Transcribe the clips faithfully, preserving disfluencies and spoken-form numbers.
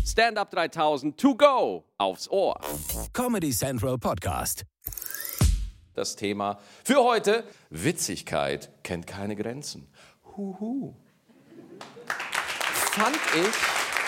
Stand-Up dreitausend to go aufs Ohr. Comedy Central Podcast. Das Thema für heute: Witzigkeit kennt keine Grenzen. Huhu. Fand ich...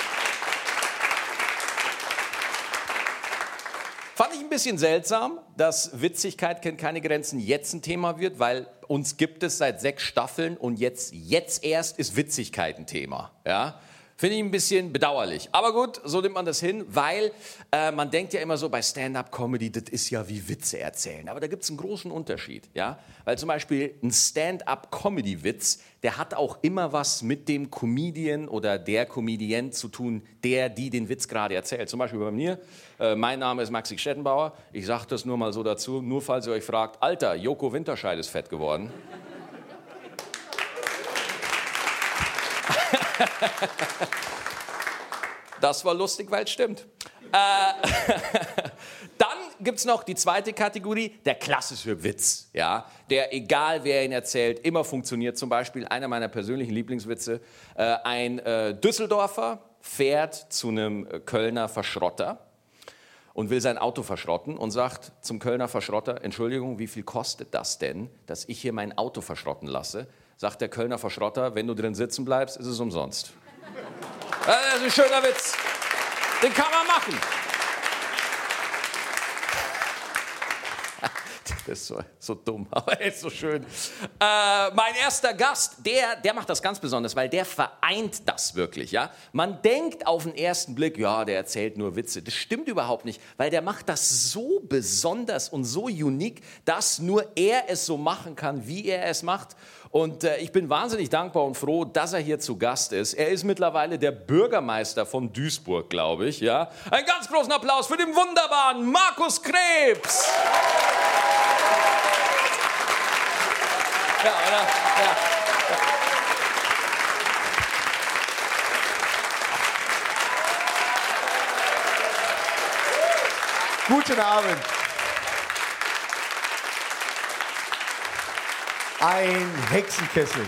Fand ich ein bisschen seltsam, dass Witzigkeit kennt keine Grenzen jetzt ein Thema wird, weil uns gibt es seit sechs Staffeln und jetzt, jetzt erst ist Witzigkeit ein Thema. Ja? Finde ich ein bisschen bedauerlich. Aber gut, so nimmt man das hin, weil äh, man denkt ja immer so bei Stand-Up-Comedy, das ist ja wie Witze erzählen. Aber da gibt es einen großen Unterschied. Ja? Weil zum Beispiel ein Stand-Up-Comedy-Witz, der hat auch immer was mit dem Comedian oder der Comedian zu tun, der, die den Witz gerade erzählt. Zum Beispiel bei mir, äh, mein Name ist Maxi Stettenbauer. Ich sage das nur mal so dazu, nur falls ihr euch fragt, Alter, Joko Winterscheid ist fett geworden. Das war lustig, weil es stimmt. Äh, dann gibt es noch die zweite Kategorie, der klassische Witz. Ja? Der, egal wer ihn erzählt, immer funktioniert. Zum Beispiel einer meiner persönlichen Lieblingswitze. Äh, ein äh, Düsseldorfer fährt zu einem Kölner Verschrotter und will sein Auto verschrotten und sagt zum Kölner Verschrotter, Entschuldigung, wie viel kostet das denn, dass ich hier mein Auto verschrotten lasse? Sagt der Kölner Verschrotter, wenn du drin sitzen bleibst, ist es umsonst. Das ist ein schöner Witz. Den kann man machen. Das ist so, so dumm, aber er ist so schön. Äh, mein erster Gast, der, der macht das ganz besonders, weil der vereint das wirklich. Ja? Man denkt auf den ersten Blick, ja, der erzählt nur Witze. Das stimmt überhaupt nicht, weil der macht das so besonders und so unique, dass nur er es so machen kann, wie er es macht. Und äh, ich bin wahnsinnig dankbar und froh, dass er hier zu Gast ist. Er ist mittlerweile der Bürgermeister von Duisburg, glaube ich. Ja? Einen ganz großen Applaus für den wunderbaren Markus Krebs. Ja, oder? Ja. Guten Abend. Ein Hexenkessel.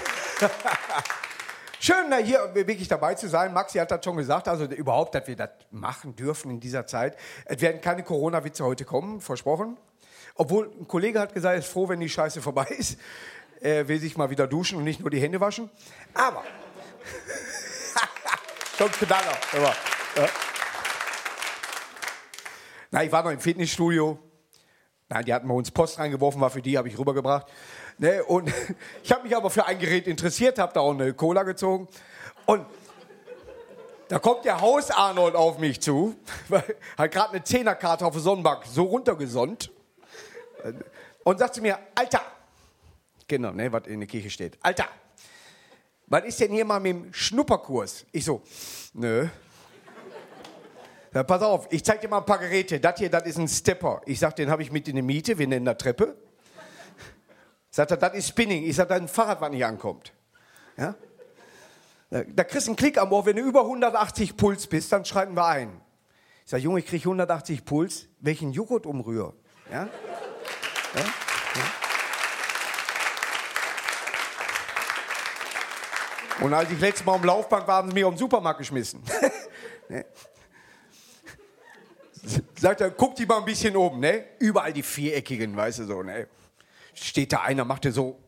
Schön, hier wirklich dabei zu sein. Maxi hat das schon gesagt, also überhaupt, dass wir das machen dürfen in dieser Zeit. Es werden keine Corona-Witze heute kommen, versprochen. Obwohl, ein Kollege hat gesagt, er ist froh, wenn die Scheiße vorbei ist. Er will sich mal wieder duschen und nicht nur die Hände waschen. Aber, schon Knaller. Aber, ja. Na, ich war noch im Fitnessstudio. Nein, die hatten bei uns Post reingeworfen, war für die, habe ich rübergebracht. Ne, und ich habe mich aber für ein Gerät interessiert, habe da auch eine Cola gezogen. Und da kommt der Haus-Arnold auf mich zu, hat gerade eine Zehnerkarte auf der Sonnenbank so runtergesonnt und sagt zu mir, Alter, genau, ne, was in der Kirche steht, Alter, was ist denn hier mal mit dem Schnupperkurs? Ich so, nö. Ja, pass auf, ich zeig dir mal ein paar Geräte. Das hier, das ist ein Stepper. Ich sag, den habe ich mit in der Miete, wir nennen das Treppe. Sagt er, das ist Spinning. Ich sag, das ist ein Fahrrad, was nicht ankommt. Ja? Da, da kriegst du einen Klick am Ohr, wenn du über hundertachtzig Puls bist, dann schreiten wir ein. Ich sag, Junge, ich krieg hundertachtzig Puls, welchen Joghurt umrühre. Ja? Ja? Ja? Und als ich letztes Mal am Laufband war, haben sie mich auf den Supermarkt geschmissen. Ne? Sagt er, guck die mal ein bisschen oben, ne? Überall die viereckigen, weißt du so, ne? Steht da einer, macht er so.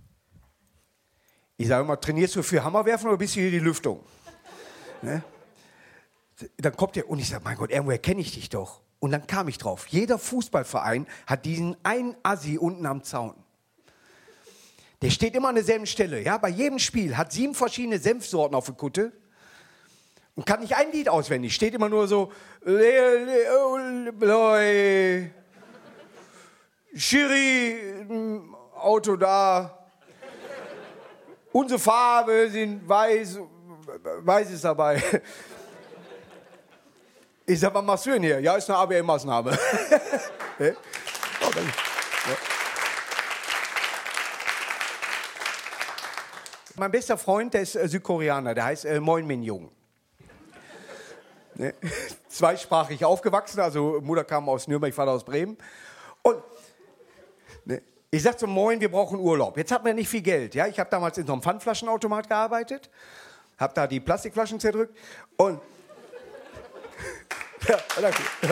Ich sage immer, trainierst du für Hammerwerfen oder bist du hier die Lüftung? Ne? Dann kommt er und ich sage, mein Gott, irgendwoher kenne ich dich doch. Und dann kam ich drauf. Jeder Fußballverein hat diesen einen Assi unten am Zaun. Der steht immer an derselben Stelle, ja? Bei jedem Spiel hat sieben verschiedene Senfsorten auf der Kutte. Und kann nicht ein Lied auswendig. Steht immer nur so, Schiri, Auto da. Unsere Farbe sind weiß, weiß ist dabei. Ich sag, was machst du denn hier? Ja, ist eine A B M-Maßnahme. Ja. Mein bester Freund, der ist äh, Südkoreaner, der heißt äh, Moin Min Jung. Ne? Zweisprachig aufgewachsen, also Mutter kam aus Nürnberg, Vater aus Bremen. Und ne? Ich sag zum Moin, wir brauchen Urlaub. Jetzt hatten wir nicht viel Geld. Ja? Ich habe damals in so einem Pfandflaschenautomat gearbeitet, habe da die Plastikflaschen zerdrückt und Ja, danke. Ja.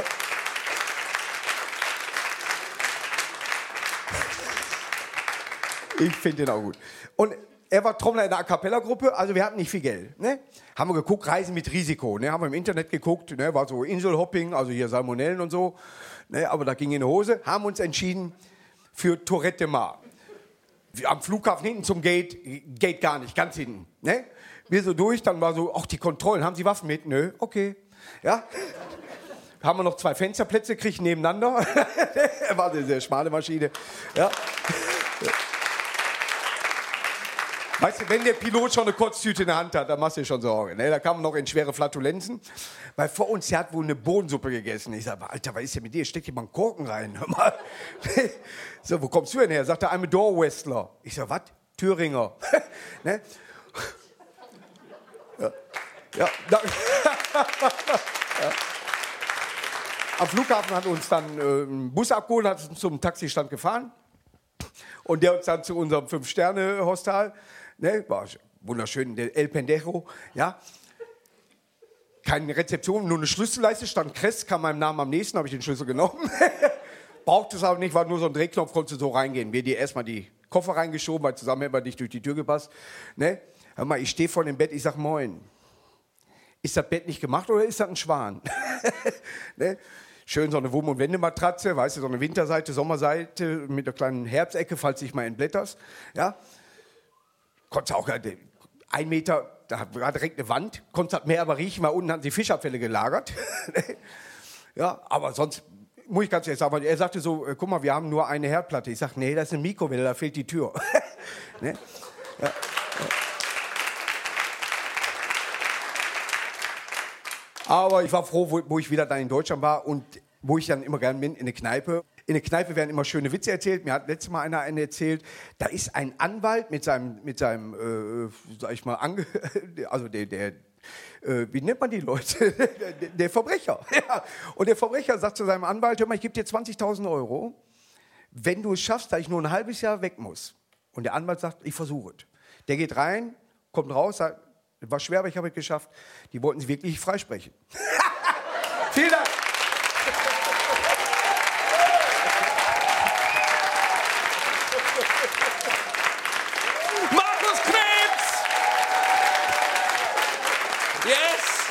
Ich finde den auch gut. Und er war Trommler in der A-Cappella-Gruppe, also wir hatten nicht viel Geld. Ne? Haben wir geguckt, Reisen mit Risiko. Ne? Haben wir im Internet geguckt, ne? War so Inselhopping, also hier Salmonellen und so. Ne? Aber da ging in die Hose. Haben uns entschieden für Tourette de Mar. Am Flughafen hinten zum Gate, Gate gar nicht, ganz hinten. Ne? Wir so durch, dann war so, ach die Kontrollen, haben Sie Waffen mit? Nö, okay. Ja? Haben wir noch zwei Fensterplätze gekriegt nebeneinander. War eine sehr schmale Maschine. Ja. Weißt du, wenn der Pilot schon eine Kotztüte in der Hand hat, dann machst du dir schon Sorge. Ne? Da kam noch in schwere Flatulenzen. Weil vor uns, der hat wohl eine Bohnensuppe gegessen. Ich sage, Alter, was ist denn mit dir? Steck dir mal einen Korken rein. Hör mal. So, wo kommst du denn her? Sagt er, I'm a door wrestler. Ich sage, was? Thüringer. Ne? Ja. Ja. Ja. Am Flughafen hat uns dann äh, ein Bus abgeholt, hat uns zum Taxistand gefahren. Und der uns dann zu unserem Fünf-Sterne-Hostel, ne, war wunderschön, der El Pendejo, ja. Keine Rezeption, nur eine Schlüsselleiste, stand Kress, kam meinem Namen am nächsten, habe ich den Schlüssel genommen. Brauchte es aber nicht, war nur so ein Drehknopf, konntest du so reingehen. Wir dir erstmal die Koffer reingeschoben, weil zusammen hätten wir nicht durch die Tür gepasst. Ne? Hör mal, ich stehe vor dem Bett, ich sag, moin. Ist das Bett nicht gemacht oder ist das ein Schwan? Ne? Schön so eine Wurm- und Wendematratze, weißt du, so eine Winterseite, Sommerseite mit einer kleinen Herbstecke, falls du dich mal entblätterst. Ja? Konntest auch ein Meter, da war direkt eine Wand, konntest das Meer aber riechen, weil unten hatten sie Fischabfälle gelagert. Ja, aber sonst, muss ich ganz ehrlich sagen, er sagte so, guck mal, wir haben nur eine Herdplatte. Ich sag, nee, das ist eine Mikrowelle, da fehlt die Tür. Ne? Ja, ja. Aber ich war froh, wo, wo ich wieder dann in Deutschland war und wo ich dann immer gerne bin, in eine Kneipe. In der Kneipe werden immer schöne Witze erzählt. Mir hat letztes Mal einer einen erzählt, da ist ein Anwalt mit seinem, mit seinem äh, sag ich mal, Ange also der, der äh, wie nennt man die Leute? der, der Verbrecher. Ja. Und der Verbrecher sagt zu seinem Anwalt, hör mal, ich gebe dir zwanzigtausend Euro, wenn du es schaffst, da ich nur ein halbes Jahr weg muss. Und der Anwalt sagt, ich versuche es. Der geht rein, kommt raus, sagt, war schwer, aber ich habe es geschafft. Die wollten sie wirklich freisprechen. Vielen Dank. Markus Krebs! Yes!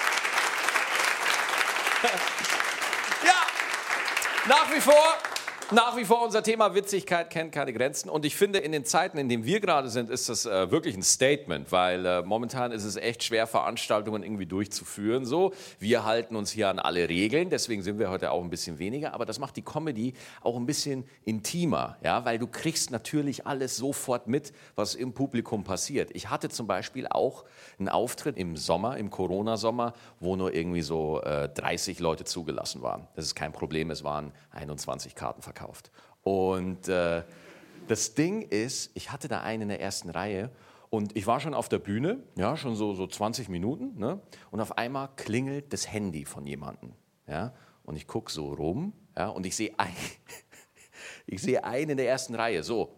Ja, nach wie vor. Nach wie vor unser Thema Witzigkeit kennt keine Grenzen. Und ich finde, in den Zeiten, in denen wir gerade sind, ist das äh, wirklich ein Statement, weil äh, momentan ist es echt schwer, Veranstaltungen irgendwie durchzuführen. So, wir halten uns hier an alle Regeln, deswegen sind wir heute auch ein bisschen weniger. Aber das macht die Comedy auch ein bisschen intimer, ja, weil du kriegst natürlich alles sofort mit, was im Publikum passiert. Ich hatte zum Beispiel auch einen Auftritt im Sommer, im Corona-Sommer, wo nur irgendwie so äh, dreißig Leute zugelassen waren. Das ist kein Problem, es waren einundzwanzig Karten verkauft. Und äh, das Ding ist, ich hatte da einen in der ersten Reihe und ich war schon auf der Bühne, ja, schon so, so zwanzig Minuten, ne? Und auf einmal klingelt das Handy von jemandem, ja? Und ich gucke so rum, ja, und ich sehe ein, ich sehe einen in der ersten Reihe, so.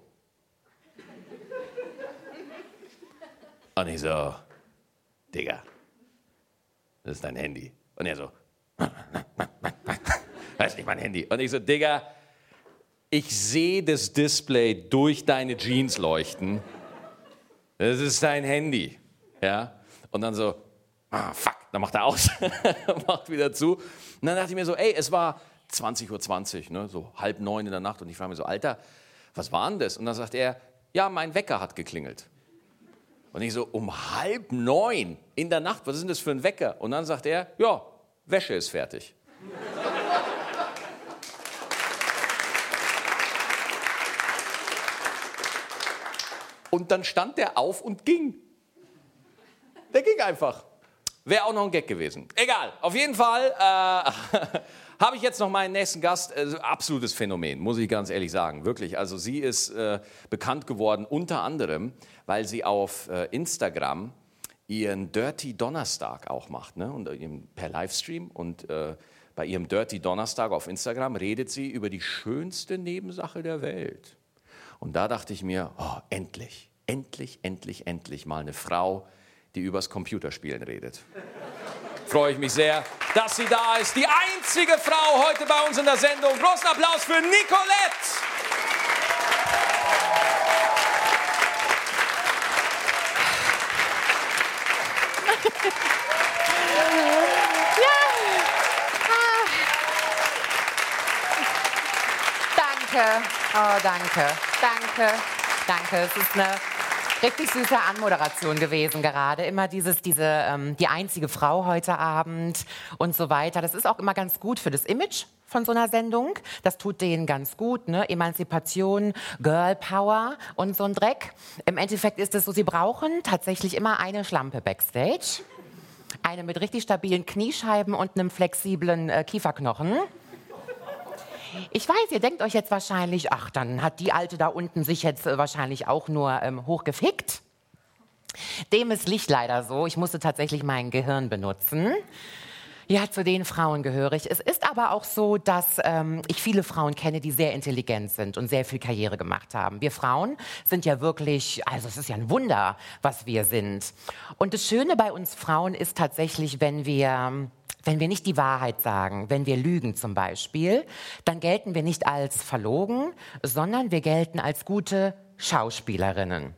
Und ich so, Digga, das ist dein Handy. Und er so, das ist nicht mein Handy. Und ich so, Digga, ich sehe das Display durch deine Jeans leuchten. Das ist dein Handy. Ja? Und dann so, ah, fuck, dann macht er aus. Macht wieder zu. Und dann dachte ich mir so, ey, es war zwanzig Uhr zwanzig, ne? So halb neun in der Nacht. Und ich frage mich so, Alter, was war denn das? Und dann sagt er, ja, mein Wecker hat geklingelt. Und ich so, um halb neun in der Nacht, was ist denn das für ein Wecker? Und dann sagt er, ja, Wäsche ist fertig. Und dann stand der auf und ging. Der ging einfach. Wäre auch noch ein Gag gewesen. Egal, auf jeden Fall äh, habe ich jetzt noch meinen nächsten Gast. Äh, absolutes Phänomen, muss ich ganz ehrlich sagen. Wirklich, also sie ist äh, bekannt geworden, unter anderem, weil sie auf äh, Instagram ihren Dirty Donnerstag auch macht. Ne? Und, äh, per Livestream. Und äh, bei ihrem Dirty Donnerstag auf Instagram redet sie über die schönste Nebensache der Welt. Und da dachte ich mir, oh, endlich, endlich, endlich, endlich mal eine Frau, die übers Computerspielen redet. Freue ich mich sehr, dass sie da ist. Die einzige Frau heute bei uns in der Sendung. Großen Applaus für Nicolette. Danke, oh danke, danke, danke. Es ist eine richtig süße Anmoderation gewesen gerade. Immer dieses, diese, ähm, die einzige Frau heute Abend und so weiter. Das ist auch immer ganz gut für das Image von so einer Sendung. Das tut denen ganz gut, ne? Emanzipation, Girl Power und so ein Dreck. Im Endeffekt ist es so, sie brauchen tatsächlich immer eine Schlampe backstage. Eine mit richtig stabilen Kniescheiben und einem flexiblen äh, Kieferknochen. Ich weiß, ihr denkt euch jetzt wahrscheinlich, ach, dann hat die Alte da unten sich jetzt äh, wahrscheinlich auch nur ähm, hochgefickt. Dem ist Licht leider so. Ich musste tatsächlich mein Gehirn benutzen. Ja, zu den Frauen gehöre ich. Es ist aber auch so, dass ähm, ich viele Frauen kenne, die sehr intelligent sind und sehr viel Karriere gemacht haben. Wir Frauen sind ja wirklich, also es ist ja ein Wunder, was wir sind. Und das Schöne bei uns Frauen ist tatsächlich, wenn wir... Wenn wir nicht die Wahrheit sagen, wenn wir lügen zum Beispiel, dann gelten wir nicht als verlogen, sondern wir gelten als gute Schauspielerinnen.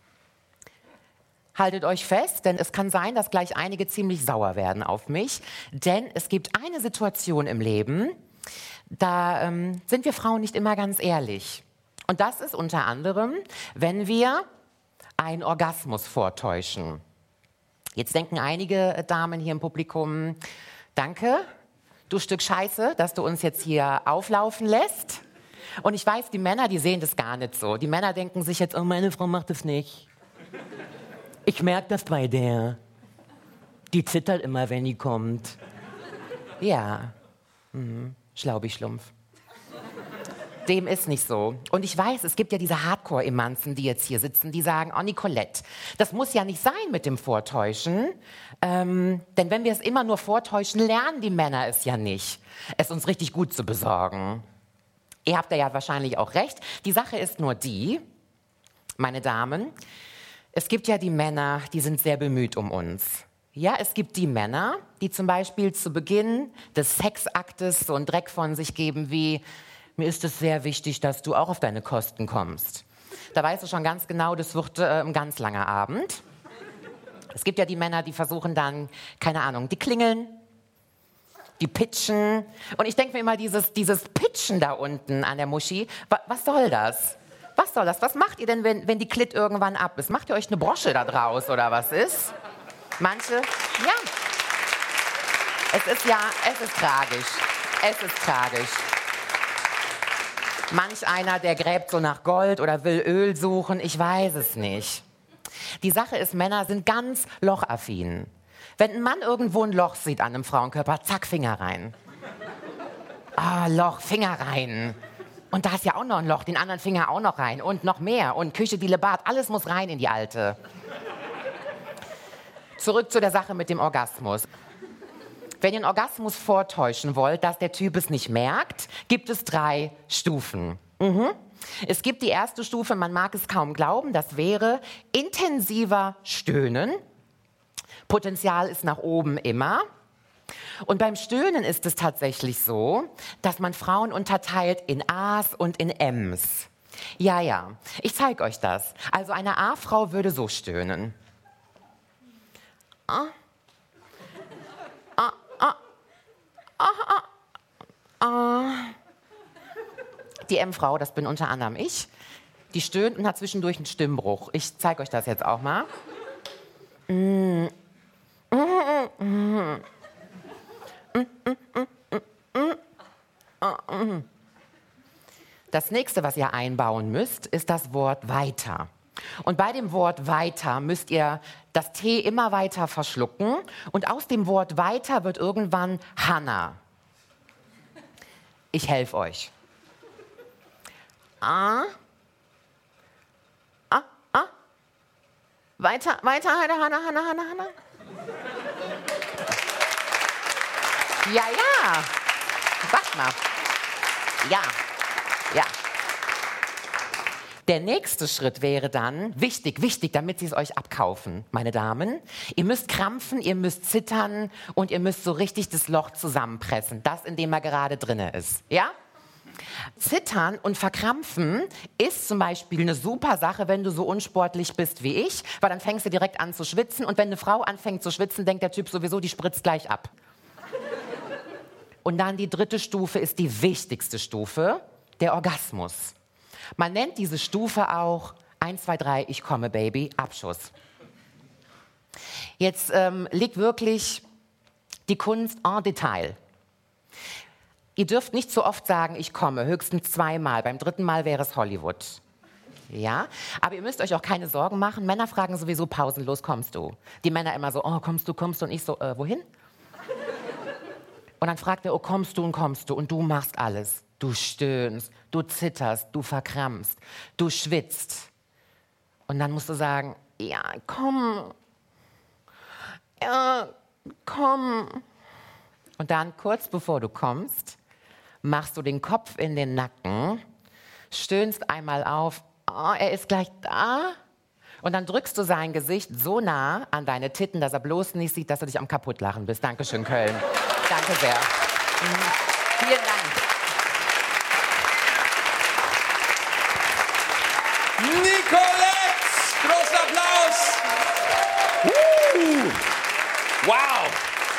Haltet euch fest, denn es kann sein, dass gleich einige ziemlich sauer werden auf mich, denn es gibt eine Situation im Leben, da ähm, sind wir Frauen nicht immer ganz ehrlich. Und das ist unter anderem, wenn wir einen Orgasmus vortäuschen. Jetzt denken einige Damen hier im Publikum, danke, du Stück Scheiße, dass du uns jetzt hier auflaufen lässt. Und ich weiß, die Männer, die sehen das gar nicht so. Die Männer denken sich jetzt, oh, meine Frau macht das nicht. Ich merke das bei der. Die zittert immer, wenn die kommt. Ja, mhm. Schlaubi-Schlumpf. Dem ist nicht so. Und ich weiß, es gibt ja diese Hardcore-Emanzen, die jetzt hier sitzen, die sagen, oh Nicolette, das muss ja nicht sein mit dem Vortäuschen. Ähm, denn wenn wir es immer nur vortäuschen, lernen die Männer es ja nicht, es uns richtig gut zu besorgen. Ihr habt da ja wahrscheinlich auch recht. Die Sache ist nur die, meine Damen, es gibt ja die Männer, die sind sehr bemüht um uns. Ja, es gibt die Männer, die zum Beispiel zu Beginn des Sexaktes so einen Dreck von sich geben wie, mir ist es sehr wichtig, dass du auch auf deine Kosten kommst. Da weißt du schon ganz genau, das wird äh, ein ganz langer Abend. Es gibt ja die Männer, die versuchen dann, keine Ahnung, die klingeln, die pitchen. Und ich denke mir immer, dieses, dieses Pitchen da unten an der Muschi, wa, was soll das? Was soll das? Was macht ihr denn, wenn, wenn die Klit irgendwann ab ist? Macht ihr euch eine Brosche da draus oder was ist? Manche, ja. Es ist ja, es ist tragisch. Es ist tragisch. Manch einer, der gräbt so nach Gold oder will Öl suchen, ich weiß es nicht. Die Sache ist, Männer sind ganz lochaffin. Wenn ein Mann irgendwo ein Loch sieht an einem Frauenkörper, zack, Finger rein. Ah, oh, Loch, Finger rein. Und da ist ja auch noch ein Loch, den anderen Finger auch noch rein. Und noch mehr. Und Küche, Diele, Bad, alles muss rein in die Alte. Zurück zu der Sache mit dem Orgasmus. Wenn ihr einen Orgasmus vortäuschen wollt, dass der Typ es nicht merkt, gibt es drei Stufen. Mhm. Es gibt die erste Stufe, man mag es kaum glauben, das wäre intensiver Stöhnen. Potenzial ist nach oben immer. Und beim Stöhnen ist es tatsächlich so, dass man Frauen unterteilt in A's und in M's. Ja, ja, ich zeige euch das. Also eine A-Frau würde so stöhnen. Ah. Ah, ah, ah. Die M-Frau, das bin unter anderem ich, die stöhnt und hat zwischendurch einen Stimmbruch. Ich zeige euch das jetzt auch mal. Das nächste, was ihr einbauen müsst, ist das Wort weiter. Und bei dem Wort weiter müsst ihr das T immer weiter verschlucken und aus dem Wort weiter wird irgendwann Hanna. Ich helfe euch. Ah. Ah, ah. Weiter, weiter, Hanna, Hanna, Hanna, Hanna, Hanna. Ja, ja. Sag mal. Ja, ja. Der nächste Schritt wäre dann, wichtig, wichtig, damit Sie es euch abkaufen, meine Damen. Ihr müsst krampfen, ihr müsst zittern und ihr müsst so richtig das Loch zusammenpressen. Das, in dem er gerade drinne ist. Ja? Zittern und verkrampfen ist zum Beispiel eine super Sache, wenn du so unsportlich bist wie ich, weil dann fängst du direkt an zu schwitzen und wenn eine Frau anfängt zu schwitzen, denkt der Typ sowieso, die spritzt gleich ab. Und dann die dritte Stufe ist die wichtigste Stufe, der Orgasmus. Man nennt diese Stufe auch eins, zwei, drei, ich komme, Baby, Abschuss. Jetzt ähm, liegt wirklich die Kunst en Detail. Ihr dürft nicht so oft sagen, ich komme, höchstens zweimal. Beim dritten Mal wäre es Hollywood. Ja, aber ihr müsst euch auch keine Sorgen machen. Männer fragen sowieso pausenlos, kommst du? Die Männer immer so, oh, kommst du, kommst du? Und ich so, äh, wohin? Und dann fragt er, oh, kommst du und kommst du? Und du machst alles. Du stöhnst, du zitterst, du verkrampfst, du schwitzt. Und dann musst du sagen, ja, komm. Ja, komm. Und dann, kurz bevor du kommst, machst du den Kopf in den Nacken, stöhnst einmal auf, oh, er ist gleich da. Und dann drückst du sein Gesicht so nah an deine Titten, dass er bloß nicht sieht, dass du dich am Kaputtlachen bist. Dankeschön, Köln. Danke sehr. Mhm. Vielen Dank. Nicolette! Großen Applaus! Uh. Wow!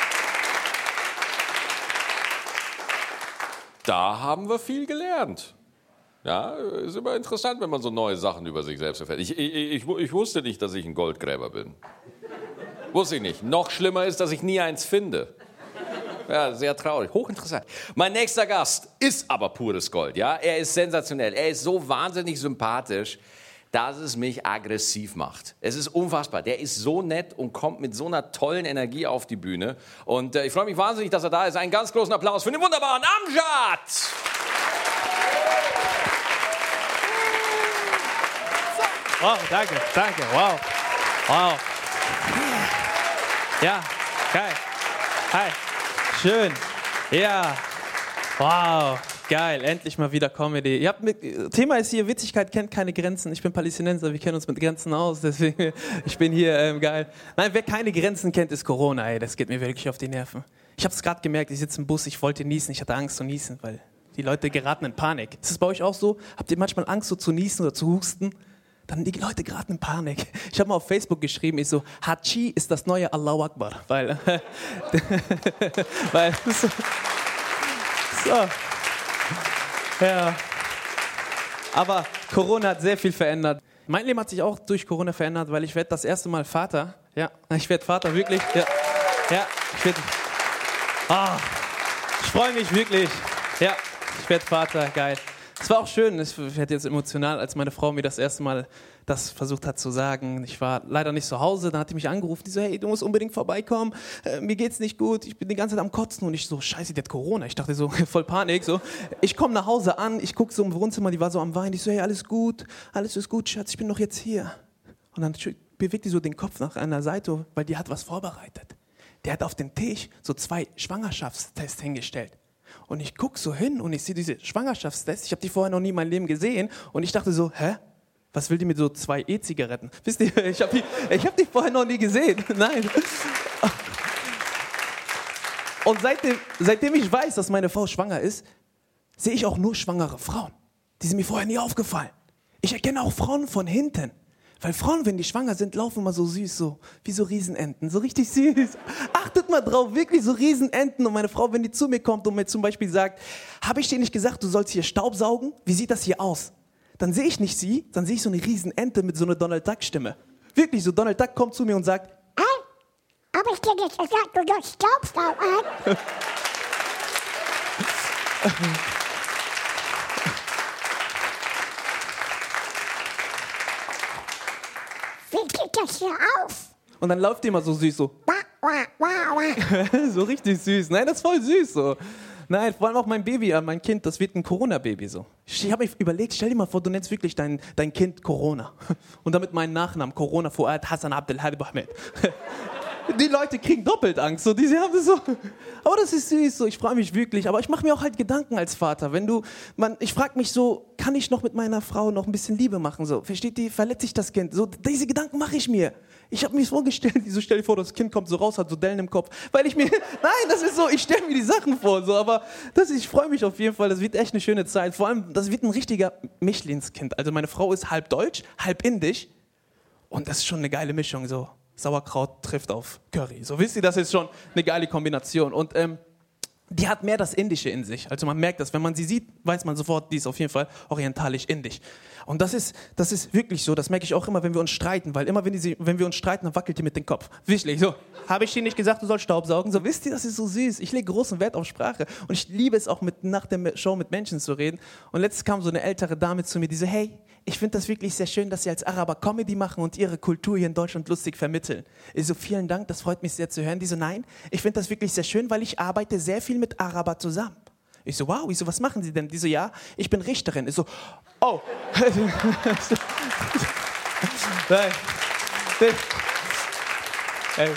Da haben wir viel gelernt. Ja, ist immer interessant, wenn man so neue Sachen über sich selbst erfährt. Ich, ich, ich, ich wusste nicht, dass ich ein Goldgräber bin. Wusste ich nicht. Noch schlimmer ist, dass ich nie eins finde. Ja, sehr traurig. Hochinteressant. Mein nächster Gast ist aber pures Gold. Ja? Er ist sensationell. Er ist so wahnsinnig sympathisch, dass es mich aggressiv macht. Es ist unfassbar. Der ist so nett und kommt mit so einer tollen Energie auf die Bühne. Und äh, ich freue mich wahnsinnig, dass er da ist. Einen ganz großen Applaus für den wunderbaren Amjad! Wow, danke, danke, wow, wow. Ja, geil. Hi, schön. Ja, wow, geil. Endlich mal wieder Comedy. Ihr habt mit, Thema ist hier, Witzigkeit kennt keine Grenzen. Ich bin Palästinenser, wir kennen uns mit Grenzen aus, deswegen, ich bin hier, ähm, geil. Nein, wer keine Grenzen kennt, ist Corona, ey, das geht mir wirklich auf die Nerven. Ich habe es gerade gemerkt, ich sitze im Bus, ich wollte niesen, ich hatte Angst zu niesen, weil die Leute geraten in Panik. Ist das bei euch auch so? Habt ihr manchmal Angst, so zu niesen oder zu husten? Dann die Leute geraten in Panik. Ich habe mal auf Facebook geschrieben, ich so, Hachi ist das neue Allahu Akbar. Weil, weil so, so, ja. Aber Corona hat sehr viel verändert. Mein Leben hat sich auch durch Corona verändert, weil ich werde das erste Mal Vater. Ja, ich werde Vater, wirklich. Ja, ja ich werde... Ah, ich freue mich wirklich. Ja, ich werde Vater, geil. Es war auch schön, ich werde jetzt emotional, als meine Frau mir das erste Mal das versucht hat zu sagen. Ich war leider nicht zu Hause, dann hat die mich angerufen, die so, hey, du musst unbedingt vorbeikommen, äh, mir geht's nicht gut, ich bin die ganze Zeit am Kotzen und ich so, scheiße, die hat Corona. Ich dachte so, voll Panik, so. Ich komme nach Hause an, ich gucke so im Wohnzimmer, die war so am Weinen, ich so, hey, alles gut, alles ist gut, Schatz, ich bin doch jetzt hier. Und dann bewegt die so den Kopf nach einer Seite, weil die hat was vorbereitet. Der hat auf den Tisch so zwei Schwangerschaftstests hingestellt. Und ich gucke so hin und ich sehe diese Schwangerschaftstests. Ich habe die vorher noch nie in meinem Leben gesehen. Und ich dachte so, hä? Was will die mit so zwei E-Zigaretten? Wisst ihr, ich habe die, ich hab die vorher noch nie gesehen. Nein. Und seitdem, seitdem ich weiß, dass meine Frau schwanger ist, sehe ich auch nur schwangere Frauen. Die sind mir vorher nie aufgefallen. Ich erkenne auch Frauen von hinten. Weil Frauen, wenn die schwanger sind, laufen immer so süß, so wie so Riesenenten, so richtig süß. Achtet mal drauf, wirklich so Riesenenten. Und meine Frau, wenn die zu mir kommt und mir zum Beispiel sagt, habe ich dir nicht gesagt, du sollst hier Staub saugen? Wie sieht das hier aus? Dann sehe ich nicht sie, dann sehe ich so eine Riesenente mit so einer Donald Duck Stimme. Wirklich, so Donald Duck kommt zu mir und sagt, hey, habe ich dir nicht gesagt, du sollst Staub saugen? Wie geht das hier auf? Und dann läuft die immer so süß, so. Wah, wah, wah, wah. So richtig süß. Nein, das ist voll süß, so. Nein, vor allem auch mein Baby, mein Kind, das wird ein Corona-Baby, so. Ich habe mir überlegt, stell dir mal vor, du nennst wirklich dein, dein Kind Corona. Und damit meinen Nachnamen, Corona Fuad Hassan Abdel Habib Ahmed. Die Leute kriegen doppelt Angst. So, die sie haben das so. Aber das ist süß. So, ich freue mich wirklich. Aber ich mache mir auch halt Gedanken als Vater. Wenn du, man, ich frage mich so, kann ich noch mit meiner Frau noch ein bisschen Liebe machen? So, versteht die? Verletzt sich das Kind? So, diese Gedanken mache ich mir. Ich habe mir vorgestellt, so stell dir vor, das Kind kommt so raus, hat so Dellen im Kopf, weil ich mir, nein, das ist so, ich stelle mir die Sachen vor, so, aber das, ich freue mich auf jeden Fall, das wird echt eine schöne Zeit, vor allem, das wird ein richtiger Michelinskind, also meine Frau ist halb deutsch, halb indisch und das ist schon eine geile Mischung, so, Sauerkraut trifft auf Curry, so, wisst ihr, das ist schon eine geile Kombination und, ähm, die hat mehr das Indische in sich. Also man merkt das, wenn man sie sieht, weiß man sofort, die ist auf jeden Fall orientalisch-indisch. Und das ist, das ist wirklich so, das merke ich auch immer, wenn wir uns streiten, weil immer, wenn, die, wenn wir uns streiten, dann wackelt die mit dem Kopf. Wirklich, so. Habe ich dir nicht gesagt, du sollst Staubsaugen? So, wisst ihr, das ist so süß. Ich lege großen Wert auf Sprache. Und ich liebe es auch, mit, nach der Show mit Menschen zu reden. Und letztens kam so eine ältere Dame zu mir, die so, hey, ich finde das wirklich sehr schön, dass Sie als Araber Comedy machen und Ihre Kultur hier in Deutschland lustig vermitteln. Ich so, vielen Dank, das freut mich sehr zu hören. Die so, nein, ich finde das wirklich sehr schön, weil ich arbeite sehr viel mit Araber zusammen. Ich so, wow, ich so, was machen Sie denn? Die so, ja, ich bin Richterin. Ich so, oh. Nein. Hey.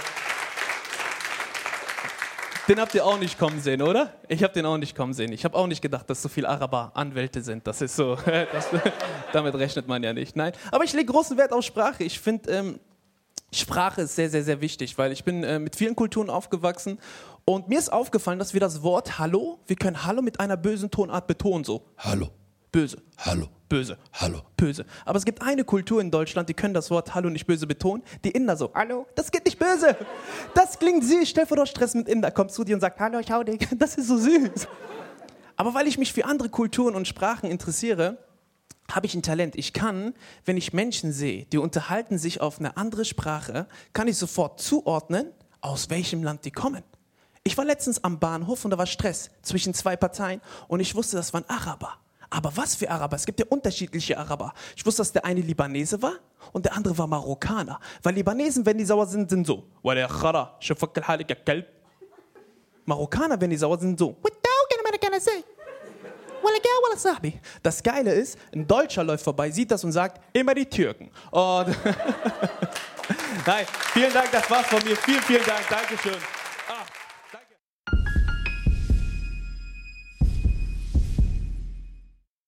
Den habt ihr auch nicht kommen sehen, oder? Ich habe den auch nicht kommen sehen. Ich habe auch nicht gedacht, dass so viele Araber Anwälte sind. Das ist so, das, damit rechnet man ja nicht. Nein, aber ich lege großen Wert auf Sprache. Ich finde, ähm, Sprache ist sehr, sehr, sehr wichtig, weil ich bin äh, mit vielen Kulturen aufgewachsen und mir ist aufgefallen, dass wir das Wort Hallo, wir können Hallo mit einer bösen Tonart betonen, so Hallo, böse, Hallo, böse, Hallo, böse. Aber es gibt eine Kultur in Deutschland, die können das Wort Hallo nicht böse betonen, die Inder so, Hallo, das geht nicht böse. Das klingt süß, stell dir vor, du hast Stress mit Inder, kommt zu dir und sagt, Hallo, ich hau dich, das ist so süß. Aber weil ich mich für andere Kulturen und Sprachen interessiere, habe ich ein Talent. Ich kann, wenn ich Menschen sehe, die unterhalten sich auf eine andere Sprache, kann ich sofort zuordnen, aus welchem Land die kommen. Ich war letztens am Bahnhof und da war Stress zwischen zwei Parteien und ich wusste, das waren Araber. Aber was für Araber? Es gibt ja unterschiedliche Araber. Ich wusste, dass der eine Libanese war und der andere war Marokkaner. Weil Libanesen, wenn die sauer sind, sind so. Marokkaner, wenn die sauer sind, so. Das Geile ist, ein Deutscher läuft vorbei, sieht das und sagt, immer die Türken. Und Nein, vielen Dank, das war's von mir. Vielen, vielen Dank. Dankeschön.